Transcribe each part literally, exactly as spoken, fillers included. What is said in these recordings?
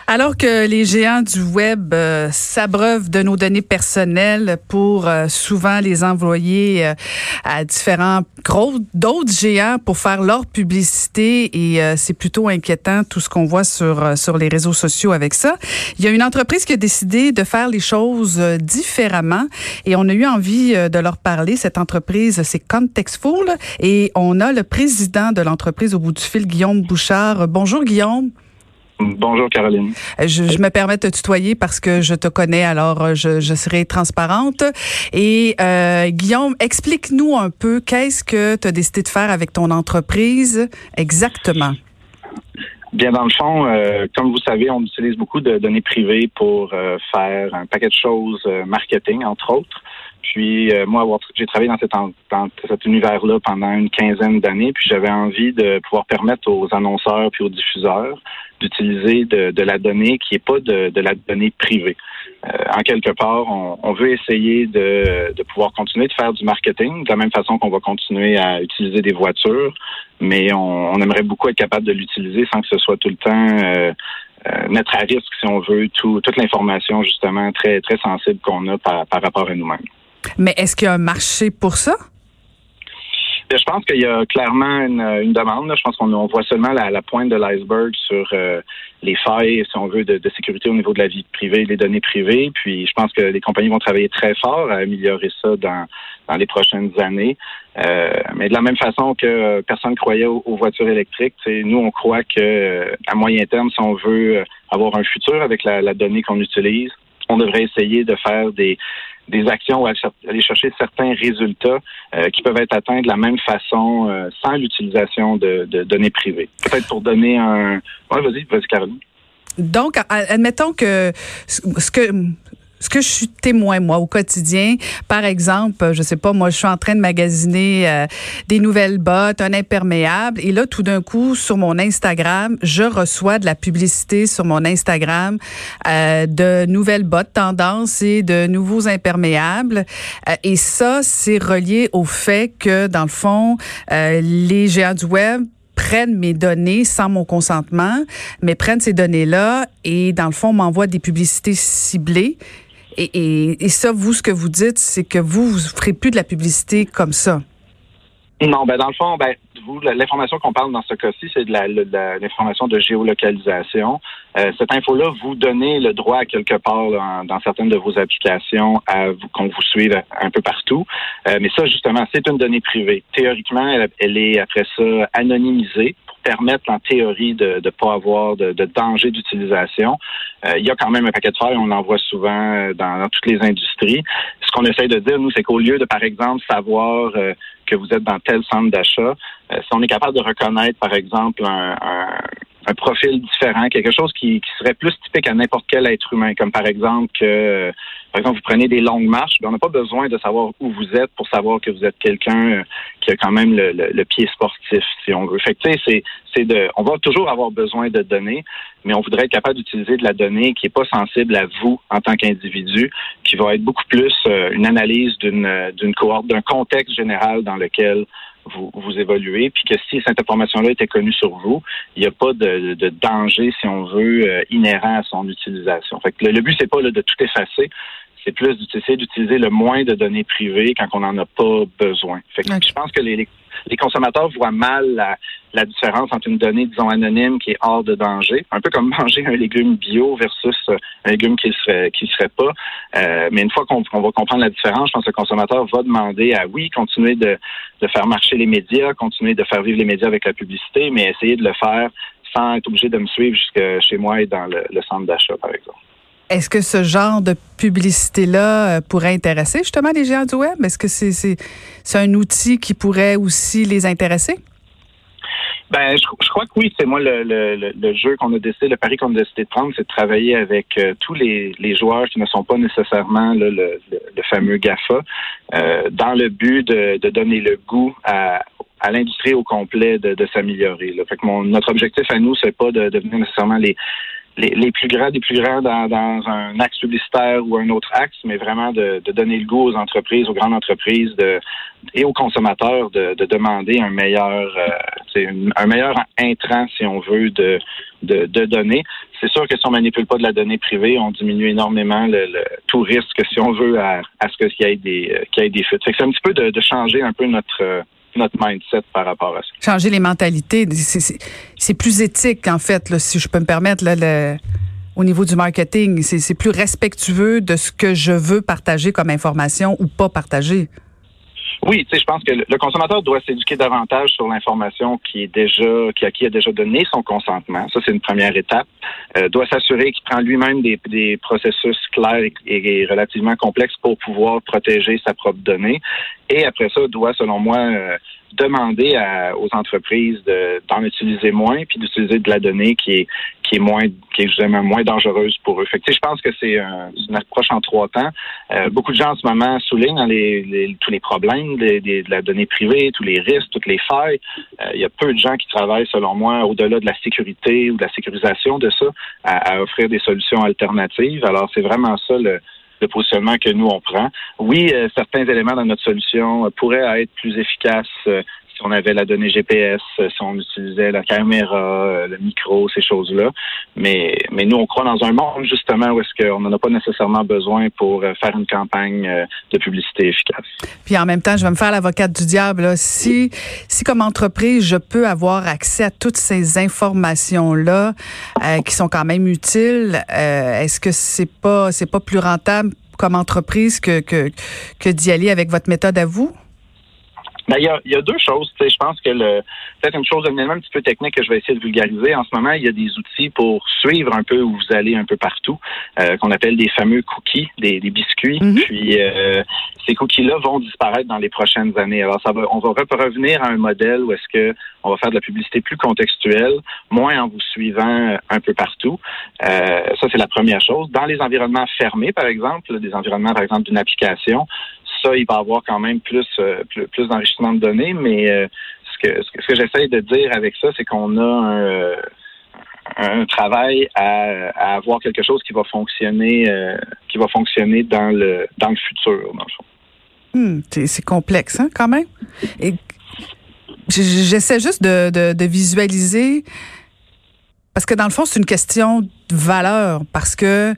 Alors que les géants du web euh, s'abreuvent de nos données personnelles pour euh, souvent les envoyer euh, à différents gros d'autres géants pour faire leur publicité, et euh, c'est plutôt inquiétant tout ce qu'on voit sur euh, sur les réseaux sociaux avec ça. Il y a une entreprise qui a décidé de faire les choses euh, différemment, et on a eu envie euh, de leur parler. Cette entreprise, c'est Contextful, et on a le président de l'entreprise au bout du fil, Guillaume Bouchard. Bonjour Guillaume. Bonjour Caroline. Je, je me permets de te tutoyer parce que je te connais, alors je, je serai transparente. Et euh, Guillaume, explique-nous un peu qu'est-ce que tu as décidé de faire avec ton entreprise exactement. Bien, dans le fond, euh, comme vous savez, on utilise beaucoup de données privées pour euh, faire un paquet de choses euh, marketing, entre autres. Puis euh, moi, j'ai travaillé dans cet, en, dans cet univers-là pendant une quinzaine d'années, puis j'avais envie de pouvoir permettre aux annonceurs puis aux diffuseurs d'utiliser de, de la donnée qui n'est pas de, de la donnée privée. Euh, en quelque part, on, on veut essayer de, de pouvoir continuer de faire du marketing de la même façon qu'on va continuer à utiliser des voitures, mais on, on aimerait beaucoup être capable de l'utiliser sans que ce soit tout le temps euh, euh, mettre à risque, si on veut, tout, toute l'information justement très très sensible qu'on a par, par rapport à nous-mêmes. Mais est-ce qu'il y a un marché pour ça? Je pense qu'il y a clairement une, une demande. Là. Je pense qu'on on voit seulement la, la pointe de l'iceberg sur euh, les failles, si on veut, de, de sécurité au niveau de la vie privée, des données privées. Puis je pense que les compagnies vont travailler très fort à améliorer ça dans, dans les prochaines années. Euh, mais de la même façon que personne ne croyait aux, aux voitures électriques, nous, on croit que à moyen terme, si on veut avoir un futur avec la, la donnée qu'on utilise, on devrait essayer de faire des des actions ou aller chercher certains résultats euh, qui peuvent être atteints de la même façon euh, sans l'utilisation de, de données privées. Peut-être pour donner un... Ouais, vas-y, vas-y, Caroline. Donc, admettons que ce que... Ce que je suis témoin, moi, au quotidien, par exemple, je sais pas, moi, je suis en train de magasiner euh, des nouvelles bottes, un imperméable, et là, tout d'un coup, sur mon Instagram, je reçois de la publicité sur mon Instagram euh, de nouvelles bottes tendances et de nouveaux imperméables. Euh, et ça, c'est relié au fait que, dans le fond, euh, les géants du web prennent mes données sans mon consentement, mais prennent ces données-là et, dans le fond, m'envoient des publicités ciblées. Et, et, et ça, vous, ce que vous dites, c'est que vous, vous ne ferez plus de la publicité comme ça. Non, ben dans le fond, ben vous, l'information qu'on parle dans ce cas-ci, c'est de, la, de la, l'information de géolocalisation. Euh, cette info-là, vous donnez le droit à quelque part là, dans certaines de vos applications à vous, qu'on vous suive un peu partout. Euh, mais ça, justement, c'est une donnée privée. Théoriquement, elle, elle est après ça anonymisée pour permettre, en théorie, de ne pas avoir de, de danger d'utilisation. Euh, il y a quand même un paquet de failles, on en voit souvent dans, dans toutes les industries. Ce qu'on essaie de dire, nous, c'est qu'au lieu de, par exemple, savoir euh, que vous êtes dans tel centre d'achat, euh, si on est capable de reconnaître, par exemple, un, un, un profil différent, quelque chose qui, qui serait plus typique à n'importe quel être humain, comme par exemple que, euh, par exemple, vous prenez des longues marches, on n'a pas besoin de savoir où vous êtes pour savoir que vous êtes quelqu'un euh, qui a quand même le, le, le pied sportif, si on veut. Fait que, tu sais, c'est, c'est de, on va toujours avoir besoin de données, mais on voudrait être capable d'utiliser de la donnée qui n'est pas sensible à vous en tant qu'individu, qui va être beaucoup plus euh, une analyse d'une, d'une cohorte, d'un contexte général dans lequel vous, vous évoluez, puis que si cette information-là était connue sur vous, il n'y a pas de, de danger, si on veut, euh, inhérent à son utilisation. Fait que le, le but, c'est pas là, de tout effacer, c'est plus d'essayer d'utiliser le moins de données privées quand on n'en a pas besoin. Fait que okay. Je pense que les, les, les consommateurs voient mal la, la différence entre une donnée, disons, anonyme qui est hors de danger, un peu comme manger un légume bio versus un légume qui ne serait, qui serait pas. Euh, mais une fois qu'on, qu'on va comprendre la différence, je pense que le consommateur va demander à, oui, continuer de, de faire marcher les médias, continuer de faire vivre les médias avec la publicité, mais essayer de le faire sans être obligé de me suivre jusque chez moi et dans le, le centre d'achat, par exemple. Est-ce que ce genre de publicité-là pourrait intéresser justement les géants du web? Est-ce que c'est, c'est, c'est un outil qui pourrait aussi les intéresser? Ben, je, je crois que oui. C'est moi le, le, le jeu qu'on a décidé, le pari qu'on a décidé de prendre, c'est de travailler avec euh, tous les, les joueurs qui ne sont pas nécessairement là, le, le, le fameux GAFA, euh, dans le but de, de donner le goût à à l'industrie au complet de, de s'améliorer. Là. Fait que mon, notre objectif à nous, c'est pas de devenir nécessairement les les, les plus grands des plus grands dans, dans un axe publicitaire ou un autre axe, mais vraiment de, de donner le goût aux entreprises, aux grandes entreprises de, et aux consommateurs de, de demander un meilleur, euh, une, un meilleur intrant, si on veut, de, de, de données. C'est sûr que si on manipule pas de la donnée privée, on diminue énormément le, le tout risque, si on veut, à, à ce qu'il y ait des, euh, qu'il y ait des fuites. Fait que c'est un petit peu de, de changer un peu notre euh, notre mindset par rapport à ça. Changer les mentalités, c'est, c'est, c'est plus éthique, en fait, là, si je peux me permettre, là, le, au niveau du marketing. C'est, c'est plus respectueux de ce que je veux partager comme information ou pas partager. Oui, tu sais, je pense que le consommateur doit s'éduquer davantage sur l'information qui est déjà, qui a, qui a déjà donné son consentement. Ça, c'est une première étape. Euh, doit s'assurer qu'il prend lui-même des, des processus clairs et, et relativement complexes pour pouvoir protéger sa propre donnée. Et après ça, doit, selon moi, euh, demander à, aux entreprises de, d'en utiliser moins, puis d'utiliser de la donnée qui est qui est moins qui est justement moins dangereuse pour eux. Fait que, je pense que c'est un, une approche en trois temps. Euh, beaucoup de gens en ce moment soulignent dans les, les, tous les problèmes de, de, de la donnée privée, tous les risques, toutes les failles. Euh, il y a peu de gens qui travaillent, selon moi, au-delà de la sécurité ou de la sécurisation de ça, à, à offrir des solutions alternatives. Alors, c'est vraiment ça le le positionnement que nous, on prend. Oui, euh, certains éléments dans notre solution euh, pourraient être plus efficaces euh, si on avait la donnée G P S, euh, si on utilisait la caméra, euh, le micro, ces choses-là. Mais mais nous, on croit dans un monde, justement, où est-ce qu'on n'en a pas nécessairement besoin pour euh, faire une campagne euh, de publicité efficace. Puis en même temps, je vais me faire l'avocate du diable, là. Si, si comme entreprise, je peux avoir accès à toutes ces informations-là euh, qui sont quand même utiles, euh, est-ce que c'est pas c'est pas plus rentable comme entreprise que, que, que d'y aller avec votre méthode à vous? Ben, il y a, il y a deux choses. Tu sais, je pense que le, peut-être une chose, un élément un petit peu technique que je vais essayer de vulgariser. En ce moment, il y a des outils pour suivre un peu où vous allez un peu partout, euh, qu'on appelle des fameux cookies, des, des biscuits. Mm-hmm. Puis euh, ces cookies-là vont disparaître dans les prochaines années. Alors, ça va, on va revenir à un modèle où est-ce que on va faire de la publicité plus contextuelle, moins en vous suivant un peu partout. Euh, ça, c'est la première chose. Dans les environnements fermés, par exemple, des environnements, par exemple, d'une application, ça, il va y avoir quand même plus, euh, plus, plus d'enrichissement de données, mais euh, ce que, ce que, ce que j'essaie de dire avec ça, c'est qu'on a un, euh, un travail à, à avoir quelque chose qui va fonctionner, euh, qui va fonctionner dans le, dans le futur, dans le fond. Hum, c'est, c'est complexe, hein, quand même. Et j'essaie juste de, de, de visualiser, parce que dans le fond, c'est une question de valeur, parce que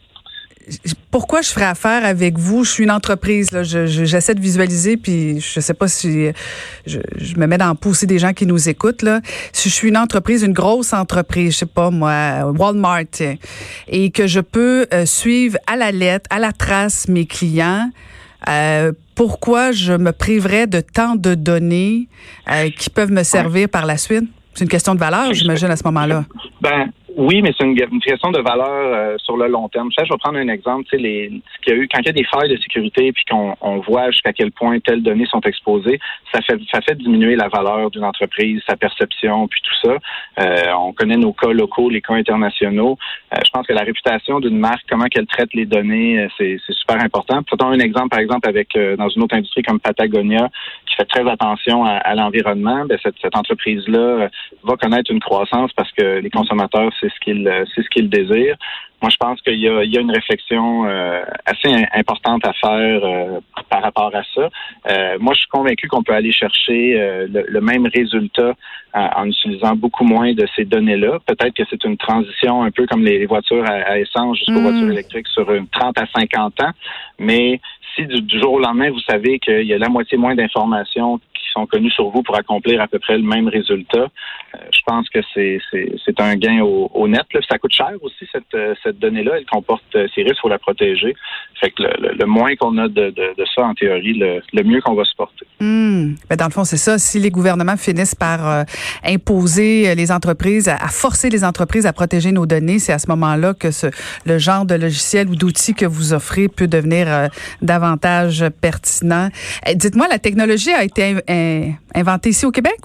pourquoi je ferais affaire avec vous? Je suis une entreprise, là. Je, je, j'essaie de visualiser, puis je sais pas si je, je me mets dans le pouls aussi des gens qui nous écoutent, là. Si je suis une entreprise, une grosse entreprise, je sais pas moi, Walmart, tiens, et que je peux euh, suivre à la lettre, à la trace mes clients, euh, pourquoi je me priverais de tant de données euh, qui peuvent me servir par la suite? C'est une question de valeur, j'imagine, à ce moment-là. Ben, oui, mais c'est une, une question de valeur euh, sur le long terme. Ça, je vais prendre un exemple. Tu sais, les, ce qu'il y a eu, quand il y a des failles de sécurité, puis qu'on on voit jusqu'à quel point telles données sont exposées, ça fait ça fait diminuer la valeur d'une entreprise, sa perception, puis tout ça. Euh, on connaît nos cas locaux, les cas internationaux. Euh, je pense que la réputation d'une marque, comment qu'elle traite les données, euh, c'est, c'est super important. Prenons un exemple, par exemple, avec euh, dans une autre industrie comme Patagonia, qui fait très attention à, à l'environnement. Ben, cette, cette entreprise-là euh, va connaître une croissance parce que les consommateurs, c'est ce qu'ils c'est ce qu'ils désirent. Moi, je pense qu'il y a, il y a une réflexion euh, assez importante à faire euh, par rapport à ça. Euh, moi, je suis convaincu qu'on peut aller chercher euh, le, le même résultat en, en utilisant beaucoup moins de ces données-là. Peut-être que c'est une transition un peu comme les, les voitures à, à essence jusqu'aux mmh. voitures électriques sur une trente à cinquante ans. Mais si du, du jour au lendemain, vous savez qu'il y a la moitié moins d'informations qui sont connues sur vous pour accomplir à peu près le même résultat, euh, je pense que c'est, c'est, c'est un gain au, au net. Là. Ça coûte cher aussi, cette, cette donnée-là. Elle comporte ces risques, il faut la protéger. Fait que le, le, le moins qu'on a de, de, de ça, en théorie, le, le mieux qu'on va se porter. Mmh. Ben dans le fond, c'est ça. Si les gouvernements finissent par euh, imposer les entreprises, à, à forcer les entreprises à protéger nos données, c'est à ce moment-là que ce, le genre de logiciel ou d'outils que vous offrez peut devenir euh, davantage pertinent. Eh, dites-moi, la technologie a été in, in, inventée ici au Québec ou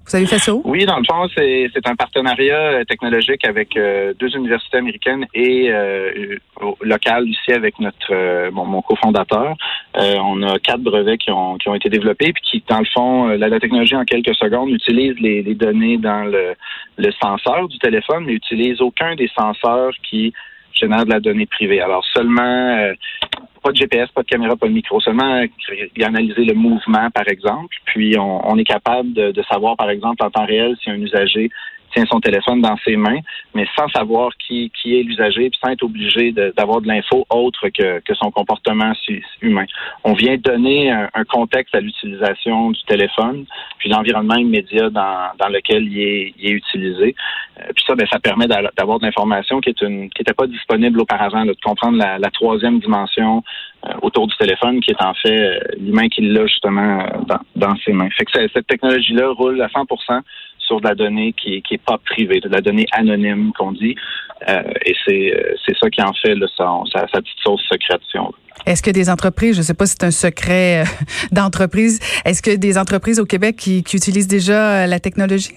Vous avez fait ça où? Oui, dans le fond, c'est, c'est un partenariat technologique avec euh, deux universités américaines et euh, locales ici avec notre euh, mon, mon cofondateur. Euh, on a quatre brevets qui ont qui ont été développés puis qui, dans le fond, la, la technologie en quelques secondes utilise les, les données dans le, le senseur du téléphone, mais utilise aucun des senseurs qui génèrent de la donnée privée. Alors seulement euh, pas de G P S, pas de caméra, pas de micro, seulement analyser le mouvement, par exemple. Puis, on, on est capable de, de savoir, par exemple, en temps réel, si un usager tient son téléphone dans ses mains, mais sans savoir qui, qui est l'usager, puis sans être obligé de, d'avoir de l'info autre que, que son comportement humain. On vient donner un, un contexte à l'utilisation du téléphone, puis l'environnement immédiat dans, dans lequel il est, il est utilisé. Euh, puis ça, ben, ça permet d'avoir de l'information qui est une qui n'était pas disponible auparavant, là, de comprendre la, la troisième dimension euh, autour du téléphone, qui est en fait euh, l'humain qui l'a justement dans, dans ses mains. Fait que cette technologie-là roule à cent pour cent sur de la donnée qui est, qui est pas privée, de la donnée anonyme qu'on dit. Euh, et c'est, euh, c'est ça qui en fait là, sa, sa, sa petite sauce secrète, si on veut. Est-ce que des entreprises, je ne sais pas si c'est un secret d'entreprise, est-ce que des entreprises au Québec qui, qui utilisent déjà la technologie?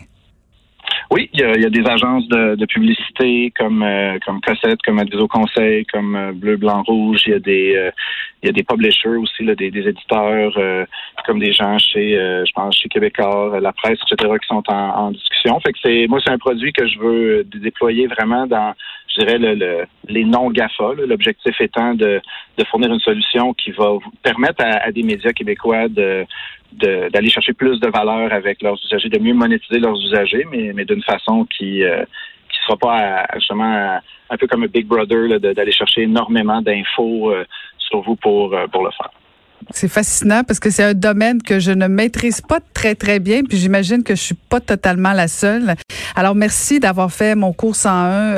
Oui, il y a, il y a des agences de, de publicité comme euh, comme Cossette, comme Adviso Conseil, comme euh, Bleu, Blanc, Rouge. Il y a des euh, il y a des publishers aussi, là, des, des éditeurs, euh, comme des gens chez, euh, je pense, chez Québécois, La Presse, et cetera, qui sont en, en discussion. Fait que c'est moi, c'est un produit que je veux déployer vraiment dans, je dirais, le, le, les non-GAFA. Là, l'objectif étant de, de fournir une solution qui va vous permettre à, à des médias québécois de De, d'aller chercher plus de valeur avec leurs usagers, de mieux monétiser leurs usagers, mais, mais d'une façon qui euh, qui sera pas à, justement à, un peu comme un Big Brother, là, de, d'aller chercher énormément d'infos euh, sur vous pour euh, pour le faire. C'est fascinant parce que c'est un domaine que je ne maîtrise pas très, très bien, puis j'imagine que je suis pas totalement la seule. Alors, merci d'avoir fait mon cours cent un.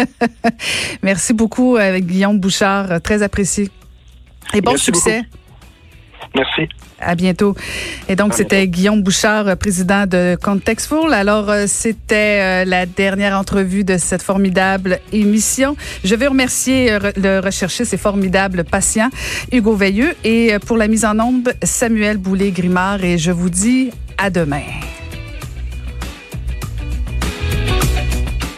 Merci beaucoup, euh, Guillaume Bouchard, très apprécié. Et bon merci succès. Beaucoup. Merci. À bientôt. Et donc, c'était Guillaume Bouchard, président de Contextful. Alors, c'était la dernière entrevue de cette formidable émission. Je veux remercier le recherchiste et formidable patient Hugo Veilleux et pour la mise en onde, Samuel Boulay-Grimard. Et je vous dis à demain.